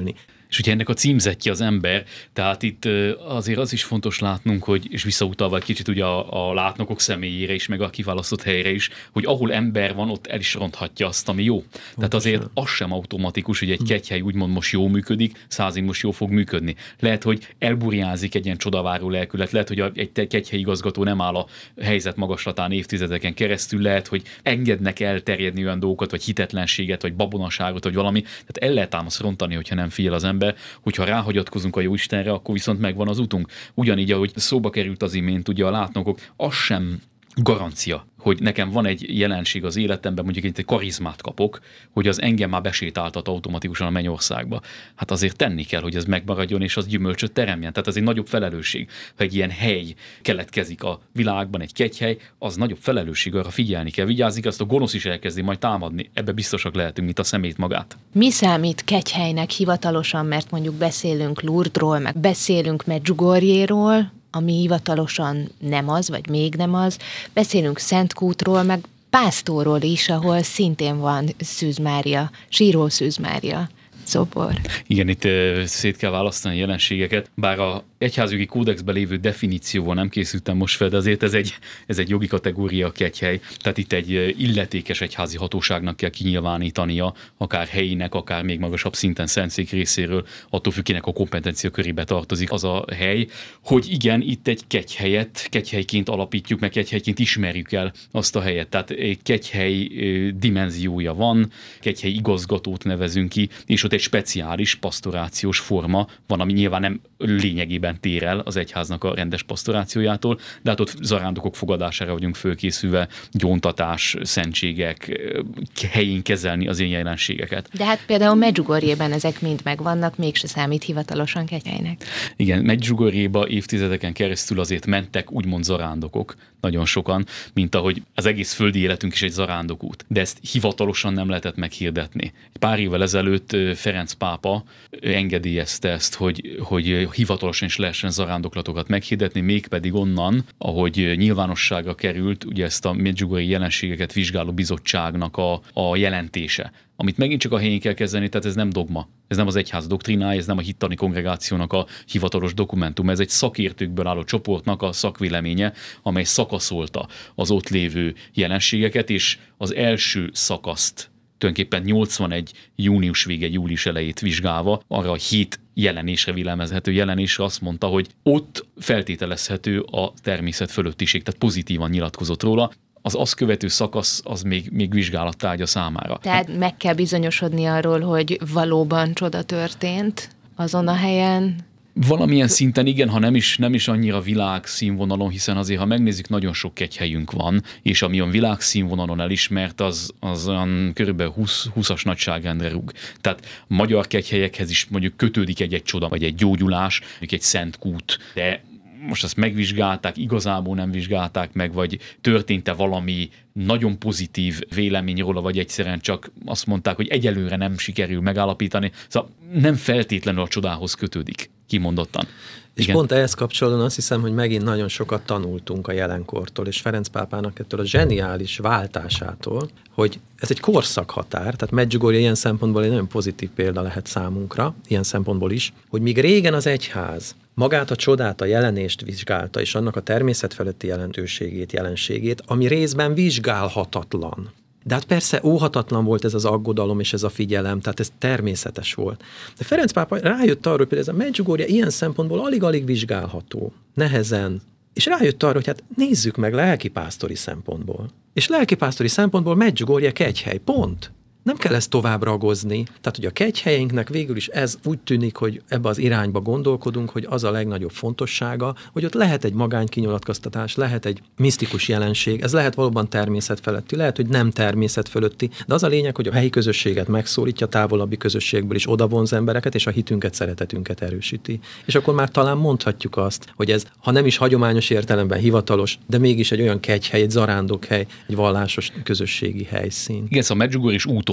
És ugye ennek a címzettje az ember, tehát itt azért az is fontos látnunk, hogy, és visszautalva egy kicsit ugye a, a látnokok személyére is, meg a kiválasztott helyre is, hogy ahol ember van, ott el is ronthatja azt, ami jó. Pontosan. Tehát azért az sem automatikus, hogy egy kegyhely úgymond most jó működik, százig most jó fog működni. Lehet, hogy elburjázik egy ilyen csodaváró lelkület, lehet, hogy egy kegyhely igazgató nem áll a helyzet magaslatán évtizedeken keresztül, lehet, hogy engednek elterjedni olyan dolgokat, vagy hitetlenséget, vagy babonaságot, vagy valami. Tehát el lehet ám azt rontani, hogyha nem figyel az ember, hogyha ráhagyatkozunk a Jóistenre, akkor viszont megvan az utunk. Ugyanígy, ahogy szóba került az imént, ugye a látnokok, az sem garancia, hogy nekem van egy jelenség az életemben, mondjuk egy karizmát kapok, hogy az engem már besétáltat automatikusan a mennyországba. Hát azért tenni kell, hogy ez megmaradjon, és az gyümölcsöt teremjen. Tehát ez egy nagyobb felelősség. Ha egy ilyen hely keletkezik a világban, egy kegyhely, az nagyobb felelősség, arra figyelni kell, vigyázni, azt a gonosz is elkezdi majd támadni. Ebbe biztosak lehetünk, mint a szemét magát. Mi számít kegyhelynek hivatalosan, mert mondjuk beszélünk Lourdesról, meg beszélünk Medjugorjéról, ami hivatalosan nem az, vagy még nem az. Beszélünk Szentkútról, meg Pásztorról is, ahol szintén van Szűz Mária, Síró Szűz Mária szobor. Igen, itt uh, szét kell választani a jelenségeket, bár a egyházjogi kódexben lévő definícióval nem készültem most fel, de azért ez egy, ez egy jogi kategória, a kegyhely. Tehát itt egy illetékes egyházi hatóságnak kell kinyilvánítania, akár helyinek, akár még magasabb szinten szentszék részéről, attól függ, kinek a kompetencia körébe tartozik az a hely, hogy igen, itt egy kegyhelyet, kegyhelyként alapítjuk, meg kegyhelyként ismerjük el azt a helyet. Tehát egy kegyhely dimenziója van, kegyhely igazgatót nevezünk ki, és ott egy speciális pasztorációs forma van, ami nyilván nem lényegében tér el az egyháznak a rendes pasztorációjától, de hát ott zarándokok fogadására vagyunk fölkészülve, gyóntatás, szentségek, helyén kezelni az ilyen jelenségeket. De hát például Medjugorjében ezek mind megvannak, mégse számít hivatalosan kegyhelynek. Igen, Medjugorjéba évtizedeken keresztül azért mentek úgymond zarándokok, nagyon sokan, mint ahogy az egész földi életünk is egy zarándokút. De ezt hivatalosan nem lehetett meghirdetni. Egy pár évvel ezelőtt Ferenc pápa engedélyezte ezt, hogy, hogy hivatalosan is lehessen zarándoklatokat meghirdetni, mégpedig onnan, ahogy nyilvánosságra került, ugye ezt a medjugorji jelenségeket vizsgáló bizottságnak a, a jelentése, amit megint csak a helyén kell kezdeni, tehát ez nem dogma. Ez nem az egyház doktrinája, ez nem a hittani kongregációnak a hivatalos dokumentum, ez egy szakértőkből álló csoportnak a szakvéleménye, amely szakaszolta az ott lévő jelenségeket, és az első szakaszt tulajdonképpen nyolcvanegy június vége, július elejét vizsgálva, arra a hét jelenésre villemezhető jelenésre azt mondta, hogy ott feltételezhető a természet fölöttiség, tehát pozitívan nyilatkozott róla. Az azt követő szakasz az még, még vizsgálattárgya számára. Tehát meg kell bizonyosodni arról, hogy valóban csoda történt azon a helyen. Valamilyen szinten igen, ha nem is, nem is annyira világszínvonalon, hiszen azért, ha megnézzük, nagyon sok kegyhelyünk van, és ami a világszínvonalon elismert, az, az olyan körülbelül húsz, húszas nagyságrendre rúg. Tehát magyar kegyhelyekhez is mondjuk kötődik egy-egy csoda, vagy egy gyógyulás, mondjuk egy Szentkút, de most azt megvizsgálták, igazából nem vizsgálták meg, vagy történt-e valami nagyon pozitív vélemény róla, vagy egyszerűen csak azt mondták, hogy egyelőre nem sikerül megállapítani. Szóval nem feltétlenül a csodához kötődik, kimondottan. És igen. Pont ehhez kapcsolódóan azt hiszem, hogy megint nagyon sokat tanultunk a jelenkortól, és Ferenc pápának ettől a zseniális váltásától, hogy ez egy korszakhatár, tehát Medjugorje ilyen szempontból egy nagyon pozitív példa lehet számunkra, ilyen szempontból is, hogy míg régen az egyház magát a csodát, a jelenést vizsgálta, és annak a természet feletti jelentőségét, jelenségét, ami részben vizsgálhatatlan. De hát persze óhatatlan volt ez az aggodalom és ez a figyelem, tehát ez természetes volt. De Ferenc pápa rájött arra, hogy például ez a Medjugorje ilyen szempontból alig-alig vizsgálható, nehezen. És rájött arra, hogy hát nézzük meg lelkipásztori szempontból. És lelkipásztori szempontból Medjugorje kegyhely, pont. Nem kell ezt tovább ragozni. Tehát, hogy a kegyhelyeinknek végül is ez úgy tűnik, hogy ebbe az irányba gondolkodunk, hogy az a legnagyobb fontossága, hogy ott lehet egy magánykinyilatkoztatás, lehet egy misztikus jelenség, ez lehet valóban természetfeletti, lehet, hogy nem természetfölötti, de az a lényeg, hogy a helyi közösséget megszólítja, távolabbi közösségből is odavonz embereket, és a hitünket, szeretetünket erősíti. És akkor már talán mondhatjuk azt, hogy ez, ha nem is hagyományos értelemben hivatalos, de mégis egy olyan kegyhely, egy zarándokhely, egy vallásos közösségi helyszín. Igen, szóval Medjugorje is úton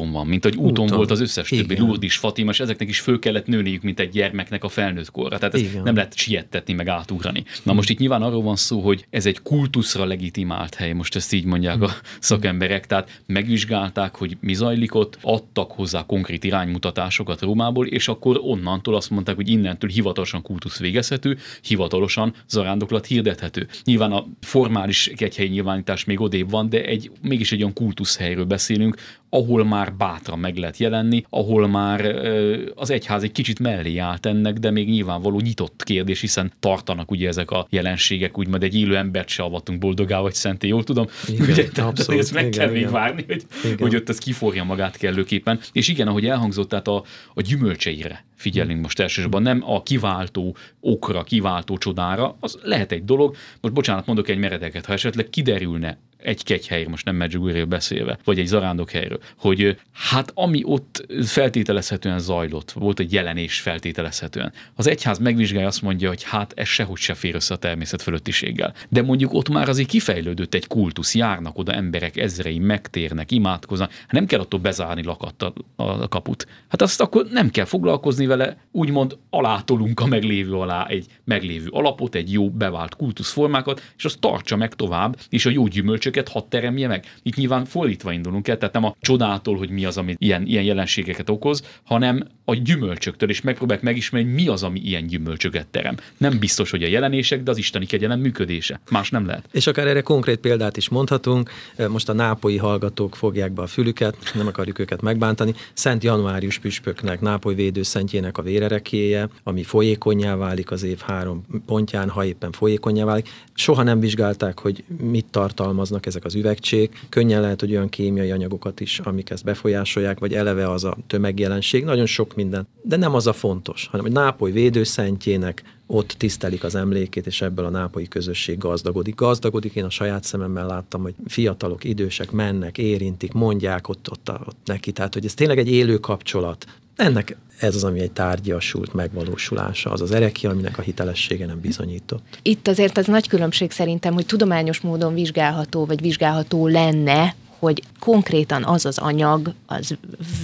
úton van, mint hogy úton, úton volt az összes többi, Lourdes, Fatima, és ezeknek is föl kellett nőniük, mint egy gyermeknek a felnőtt korra. Tehát ezt nem lehet siettetni, meg átugrani. Na most itt nyilván arról van szó, hogy ez egy kultuszra legitimált hely, most ezt így mondják a szakemberek, tehát megvizsgálták, hogy mi zajlik ott, adtak hozzá konkrét iránymutatásokat Rómából, és akkor onnantól azt mondták, hogy innentől hivatalosan kultusz végezhető, hivatalosan zarándoklat hirdethető. Nyilván a formális kegyhelyi nyilvánítás még odébb van, de egy, mégis egy olyan kultuszhelyről beszélünk, ahol már bátran meg lehet jelenni, ahol már az egyház egy kicsit mellé állt ennek, de még nyilvánvaló nyitott kérdés, hiszen tartanak ugye ezek a jelenségek, úgymond egy élő embert se avatunk boldogá vagy szenté, jól tudom? Igen, ugye, abszolút, ezt meg igen, kell még igen. várni, hogy, hogy ott ez kiforja magát kellőképpen. És igen, ahogy elhangzott, tehát a, a gyümölcseire figyelünk most elsősorban, nem a kiváltó okra, kiváltó csodára, az lehet egy dolog. Most bocsánat, mondok egy meredeket, ha esetleg kiderülne egy kegyhelyről, most nem Medjugorjéről beszélve, vagy egy zarándokhelyről, hogy hát ami ott feltételezhetően zajlott, volt egy jelenés feltételezhetően. Az egyház megvizsgálja, azt mondja, hogy hát ez sehogy se fér össze a természet fölöttiséggel. De mondjuk ott már azért kifejlődött egy kultusz, járnak oda emberek ezrei, megtérnek, imádkoznak, nem kell attól bezárni lakattal a kaput. Hát azt akkor nem kell foglalkozni vele, úgymond alátolunk a meglévő alá egy meglévő alapot, egy jó bevált kultuszformákat, és azt tartsa meg tovább, és a jó gyümölcsöket hadd teremje meg. Itt nyilván fordítva indulunk el, tehát nem a csodától, hogy mi az, ami ilyen, ilyen jelenségeket okoz, hanem a gyümölcsöktől, és megpróbálják megismerni, mi az, ami ilyen gyümölcsöket terem. Nem biztos, hogy a jelenések, de az isteni kegyelem működése. Más nem lehet. És akár erre konkrét példát is mondhatunk, most a nápolyi hallgatók fogják be a fülüket, nem akarjuk őket megbántani. Szent Januárius püspöknek, Nápoly védőszentjének a vérerekéje, ami folyékonnyá válik az év három pontján, ha éppen folyékonnyá válik. Soha nem vizsgálták, hogy mit tartalmaznak ezek az üvegcsék. Könnyen lehet, hogy olyan kémiai anyagokat is, amik ezt befolyásolják, vagy eleve az a tömegjelenség, nagyon sok minden. De nem az a fontos, hanem hogy Nápoly védőszentjének ott tisztelik az emlékét, és ebből a nápolyi közösség gazdagodik. Gazdagodik, én a saját szememmel láttam, hogy fiatalok, idősek mennek, érintik, mondják ott, ott, ott neki, tehát hogy ez tényleg egy élő kapcsolat. Ennek ez az, ami egy tárgyasult megvalósulása, az az erekje, aminek a hitelessége nem bizonyított. Itt azért az nagy különbség szerintem, hogy tudományos módon vizsgálható, vagy vizsgálható lenne, hogy konkrétan az az anyag, az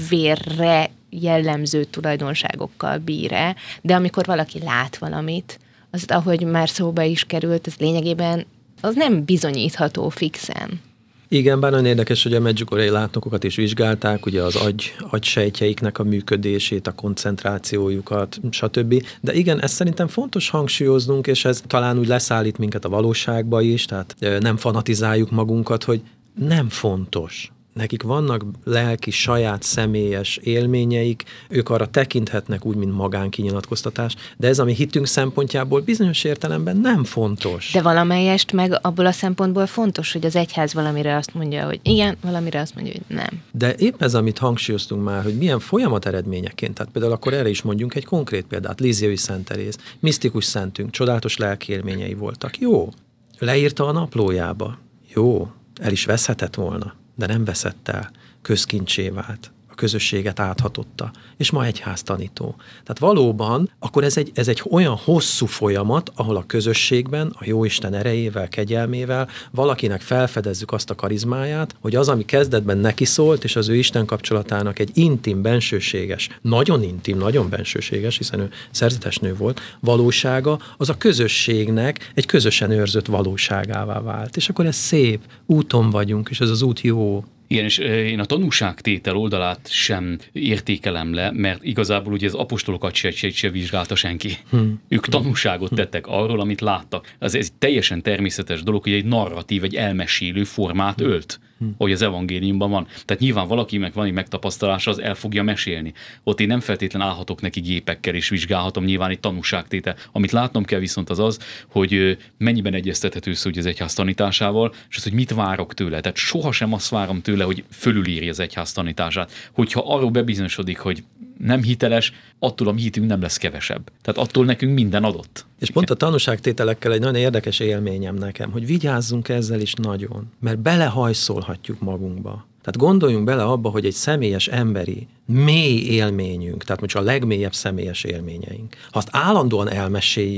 vérre jellemző tulajdonságokkal bír-e, de amikor valaki lát valamit, az, ahogy már szóba is került, ez lényegében az nem bizonyítható fixen. Igen, bár nagyon érdekes, hogy a medjugorjei látnokokat is vizsgálták, ugye az agy, agysejtjeiknek a működését, a koncentrációjukat, stb. De igen, ezt szerintem fontos hangsúlyoznunk, és ez talán úgy leszállít minket a valóságba is, tehát nem fanatizáljuk magunkat, hogy nem fontos. Nekik vannak lelki, saját, személyes élményeik, ők arra tekinthetnek úgy, mint magánkinyilatkoztatás, de ez a mi hitünk szempontjából bizonyos értelemben nem fontos. De valamelyest meg abból a szempontból fontos, hogy az egyház valamire azt mondja, hogy igen, valamire azt mondja, hogy nem. De épp ez, amit hangsúlyoztunk már, hogy milyen folyamat eredményeként, tehát például akkor erre is mondjunk egy konkrét példát, Líziai Szent Teréz, misztikus szentünk, csodálatos lelkiélményei voltak. Jó, leírta a naplójába. Jó, el is veszhetett volna, de nem veszett el, közkincsé vált, a közösséget áthatotta, és ma egyháztanító. Tehát valóban, akkor ez egy, ez egy olyan hosszú folyamat, ahol a közösségben, a Jóisten erejével, kegyelmével valakinek felfedezzük azt a karizmáját, hogy az, ami kezdetben neki szólt, és az ő Isten kapcsolatának egy intim, bensőséges, nagyon intim, nagyon bensőséges, hiszen ő szerzetes nő volt, valósága, az a közösségnek egy közösen őrzött valóságává vált. És akkor ez szép, úton vagyunk, és ez az út jó. Igen, és én a tanúságtétel oldalát sem értékelem le, mert igazából ugye az apostolokat se, se, se vizsgálta senki. Hmm. Ők tanúságot tettek arról, amit láttak. Ez, ez egy teljesen természetes dolog, hogy egy narratív, egy elmesélő formát ölt, hmm. ahogy az evangéliumban van. Tehát nyilván valakinek van egy megtapasztalása, az el fogja mesélni. Ott én nem feltétlenül állhatok neki gépekkel, és vizsgálhatom, nyilván egy tanúságtétel. Amit látnom kell viszont az az, hogy mennyiben egyeztethető szó az egyház tanításával, és az, hogy mit várok tőle. Tehát sohasem azt várom tőle, hogy fölülírja az egyház tanítását. Hogyha arról bebizonyosodik, hogy nem hiteles, attól a mi hitünk nem lesz kevesebb. Tehát attól nekünk minden adott. És pont a tanúságtételekkel egy nagyon érdekes élményem nekem, hogy vigyázzunk ezzel is nagyon, mert belehajszolhatjuk magunkba. Tehát gondoljunk bele abba, hogy egy személyes emberi, mély élményünk, tehát mondjuk a legmélyebb személyes élményeink, ha azt állandóan elmeséljük,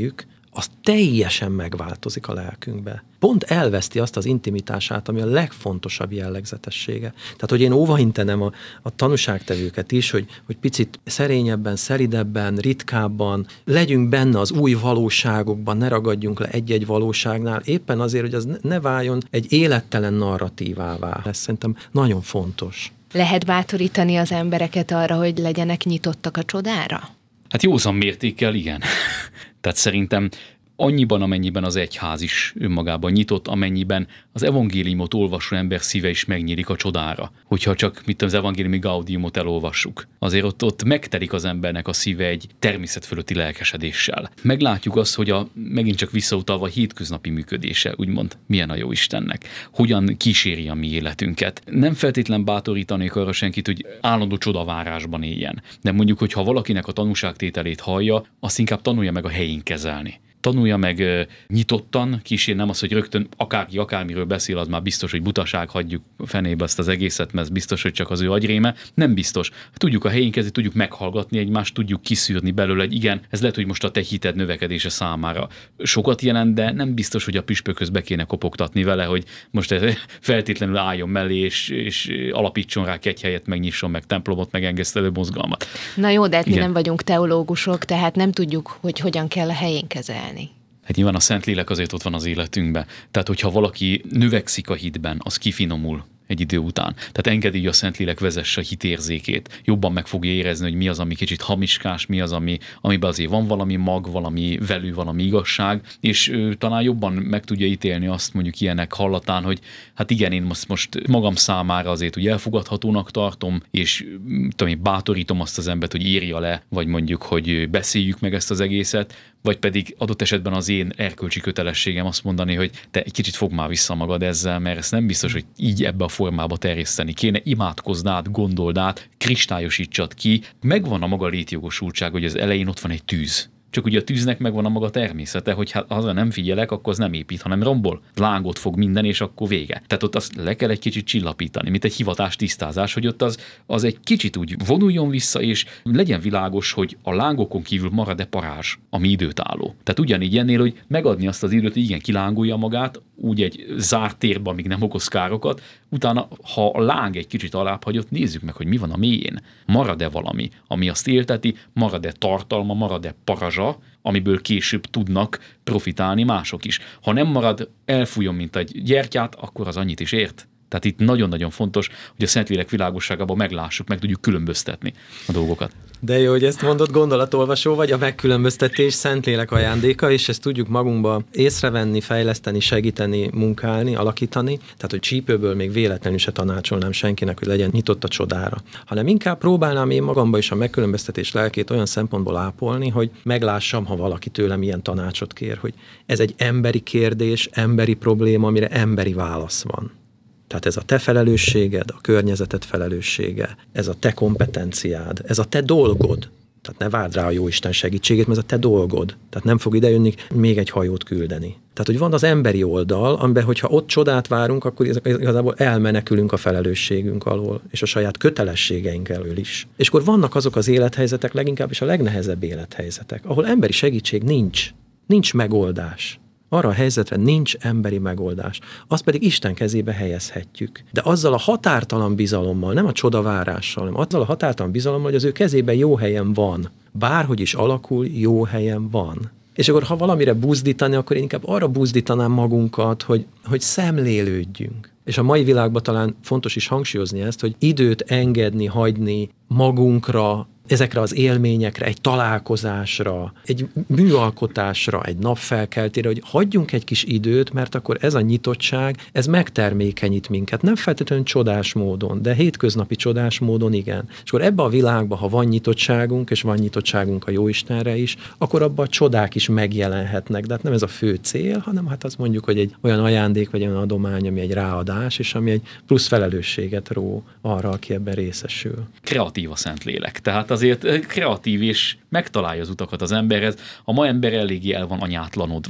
az teljesen megváltozik a lelkünkbe. Pont elveszti azt az intimitását, ami a legfontosabb jellegzetessége. Tehát, hogy én óvaintenem a, a tanúságtevőket is, hogy, hogy picit szerényebben, szelidebben, ritkábban legyünk benne az új valóságokban, ne ragadjunk le egy-egy valóságnál, éppen azért, hogy az ne váljon egy élettelen narratívává. Ez szerintem nagyon fontos. Lehet bátorítani az embereket arra, hogy legyenek nyitottak a csodára? Hát józan mértékkel igen. Tehát szerintem annyiban, amennyiben az egyház is önmagában nyitott, amennyiben az evangéliumot olvasó ember szíve is megnyílik a csodára. Hogyha csak mit tudom, az evangéliumi gaudiumot elolvassuk, azért ott, ott megtelik az embernek a szíve egy természet fölötti lelkesedéssel. Meglátjuk azt, hogy a, megint csak visszautalva a hétköznapi működése, úgymond, milyen a jó Istennek, hogyan kíséri a mi életünket. Nem feltétlen bátorítanék arra senkit, hogy állandó csodavárásban éljen. De mondjuk, hogy ha valakinek a tanúságtételét hallja, azt inkább tanulja meg a helyén kezelni. Tanulja meg uh, nyitottan, kísér, nem az, hogy rögtön akárki akármiről beszél, az már biztos, hogy butaság, hagyjuk fenébe ezt az egészet, mert ez biztos, hogy csak az ő agyréme. Nem biztos. Tudjuk a helyén kezdeni, tudjuk meghallgatni egymást, tudjuk kiszűrni belőle, hogy igen, ez lehet, hogy most a te hited növekedése számára sokat jelent, de nem biztos, hogy a püspökhöz be kéne kopogtatni vele, hogy most ez feltétlenül álljon mellé, és, és alapítson rá kegyhelyet, megnyisson meg templomot, meg engesztelő mozgalmat. Na jó, de hát mi igen. nem vagyunk teológusok, tehát nem tudjuk, hogy hogyan kell a helyén kezelni. Hát nyilván a Szentlélek azért ott van az életünkben. Tehát, hogyha valaki növekszik a hitben, az kifinomul egy idő után. Tehát engedi, hogy a Szentlélek vezesse a hitérzékét. Jobban meg fogja érezni, hogy mi az, ami kicsit hamiskás, mi az, ami, amiben azért van valami mag, valami velő, valami igazság, és ő, talán jobban meg tudja ítélni azt mondjuk ilyenek hallatán, hogy hát igen, én most, most magam számára azért úgy elfogadhatónak tartom, és tudom, én bátorítom azt az embert, hogy írja le, vagy mondjuk, hogy beszéljük meg ezt az egészet, vagy pedig adott esetben az én erkölcsi kötelességem azt mondani, hogy te egy kicsit fogd már vissza magad ezzel, mert ezt nem biztos, hogy így ebbe a formába terjeszteni kéne, imádkozd át, gondold át, kristályosítsad ki. Megvan a maga létjogosultság, hogy az elején ott van egy tűz. Csak ugye a tűznek megvan a maga természete, hogy hát ha nem figyelek, akkor az nem épít, hanem rombol. Lángot fog minden, és akkor vége. Tehát ott azt le kell egy kicsit csillapítani, mint egy hivatás tisztázás, hogy ott az, az egy kicsit úgy vonuljon vissza, és legyen világos, hogy a lángokon kívül marad-e parázs, ami időtálló. Tehát ugyanígy ennél, hogy megadni azt az időt, hogy igen, kilángolja magát, úgy egy zárt térben, amíg nem okoz károkat, utána, ha a láng egy kicsit alább hagyott, nézzük meg, hogy mi van a mélyén. Marad-e valami, ami azt élteti, marad-e tartalma, marad-e parazsa, amiből később tudnak profitálni mások is. Ha nem marad, elfújjon, mint egy gyertyát, akkor az annyit is ért. Tehát itt nagyon-nagyon fontos, hogy a Szentlélek világosságában meglássuk, meg tudjuk különböztetni a dolgokat. De jó, hogy ezt mondod, gondolatolvasó vagy, a megkülönböztetés Szentlélek ajándéka, és ezt tudjuk magunkba észrevenni, fejleszteni, segíteni, munkálni, alakítani. Tehát, hogy csípőből még véletlenül se tanácsolnám senkinek, hogy legyen nyitott a csodára. Hanem inkább próbálnám én magamba is a megkülönböztetés lelkét olyan szempontból ápolni, hogy meglássam, ha valaki tőlem ilyen tanácsot kér, hogy ez egy emberi kérdés, emberi probléma, amire emberi válasz van. Tehát ez a te felelősséged, a környezeted felelőssége, ez a te kompetenciád, ez a te dolgod. Tehát ne várd rá a Jóisten segítségét, mert ez a te dolgod. Tehát nem fog idejönni még egy hajót küldeni. Tehát, hogy van az emberi oldal, amiben, hogyha ott csodát várunk, akkor igazából elmenekülünk a felelősségünk alól, és a saját kötelességeink elől is. És akkor vannak azok az élethelyzetek, leginkább is a legnehezebb élethelyzetek, ahol emberi segítség nincs. Nincs megoldás. Arra a helyzetre nincs emberi megoldás. Azt pedig Isten kezébe helyezhetjük. De azzal a határtalan bizalommal, nem a csodavárással, hanem azzal a határtalan bizalommal, hogy az ő kezében jó helyen van. Bárhogy is alakul, jó helyen van. És akkor, ha valamire buzdítani, akkor én inkább arra buzdítanám magunkat, hogy, hogy szemlélődjünk. És a mai világban talán fontos is hangsúlyozni ezt, hogy időt engedni, hagyni magunkra, ezekre az élményekre, egy találkozásra, egy műalkotásra, egy napfelkeltére, hogy hagyjunk egy kis időt, mert akkor ez a nyitottság, ez megtermékenyít minket. Nem feltétlenül csodás módon, de hétköznapi csodás módon igen. És akkor ebbe a világba, ha van nyitottságunk, és van nyitottságunk a Jóistenre is, akkor abban a csodák is megjelenhetnek. De hát nem ez a fő cél, hanem hát az mondjuk, hogy egy olyan ajándék, vagy olyan adomány, ami egy ráadás, és ami egy plusz felelősséget ró arra, aki ebben részesül. Kreatív a Szentlélek. Tehát azért kreatív és megtalálja az utakat az emberhez. A ma ember eléggé el van anyátlanodva.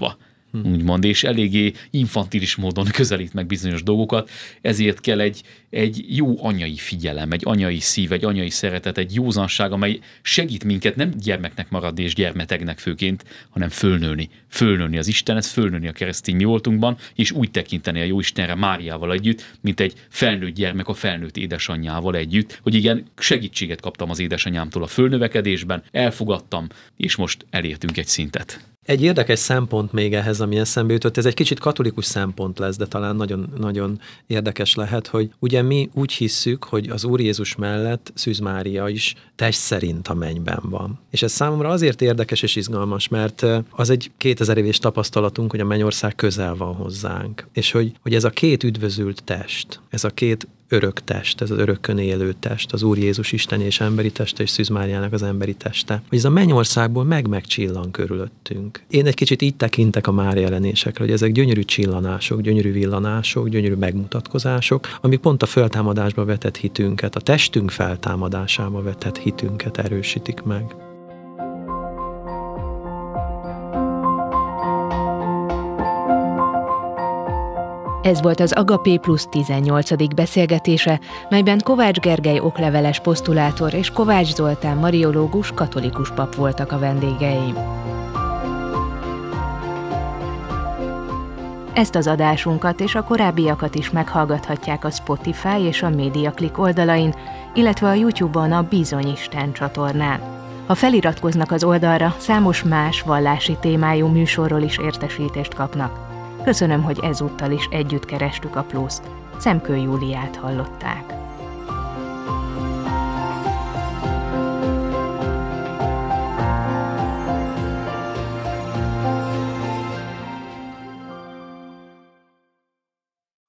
hm. úgymond, és eléggé infantilis módon közelít meg bizonyos dolgokat, ezért kell egy, egy jó anyai figyelem, egy anyai szív, egy anyai szeretet, egy józanság, amely segít minket nem gyermeknek maradni és gyermetegnek főként, hanem fölnőni. Fölnőni az Istenhez, fölnőni a keresztény mi voltunkban, és úgy tekinteni a Jóistenre Máriával együtt, mint egy felnőtt gyermek a felnőtt édesanyjával együtt, hogy igen, segítséget kaptam az édesanyámtól a fölnövekedésben, elfogadtam, és most elértünk egy szintet. Egy érdekes szempont még ehhez, ami eszembe jutott, ez egy kicsit katolikus szempont lesz, de talán nagyon, nagyon érdekes lehet, hogy ugye mi úgy hisszük, hogy az Úr Jézus mellett Szűz Mária is test szerint a mennyben van. És ez számomra azért érdekes és izgalmas, mert az egy kétezer éves tapasztalatunk, hogy a mennyország közel van hozzánk. És hogy, hogy ez a két üdvözült test, ez a két örök test, ez az örökkön élő test, az Úr Jézus Isten és emberi teste, és Szűz Máriának az emberi teste, hogy ez a mennyországból meg-megcsillan körülöttünk. Én egy kicsit így tekintek a Mária jelenésekre, hogy ezek gyönyörű csillanások, gyönyörű villanások, gyönyörű megmutatkozások, amik pont a feltámadásba vetett hitünket, a testünk feltámadásába vetett hitünket erősítik meg. Ez volt az Agapé Plusz tizennyolcadik beszélgetése, melyben Kovács Gergely okleveles posztulátor és Kovács Zoltán mariológus katolikus pap voltak a vendégeim. Ezt az adásunkat és a korábbiakat is meghallgathatják a Spotify és a MediaClick oldalain, illetve a YouTube-on a Bizonyisten csatornán. Ha feliratkoznak az oldalra, számos más vallási témájú műsorról is értesítést kapnak. Köszönöm, hogy ezúttal is együtt kerestük a pluszt. Szemkő Júliát hallották.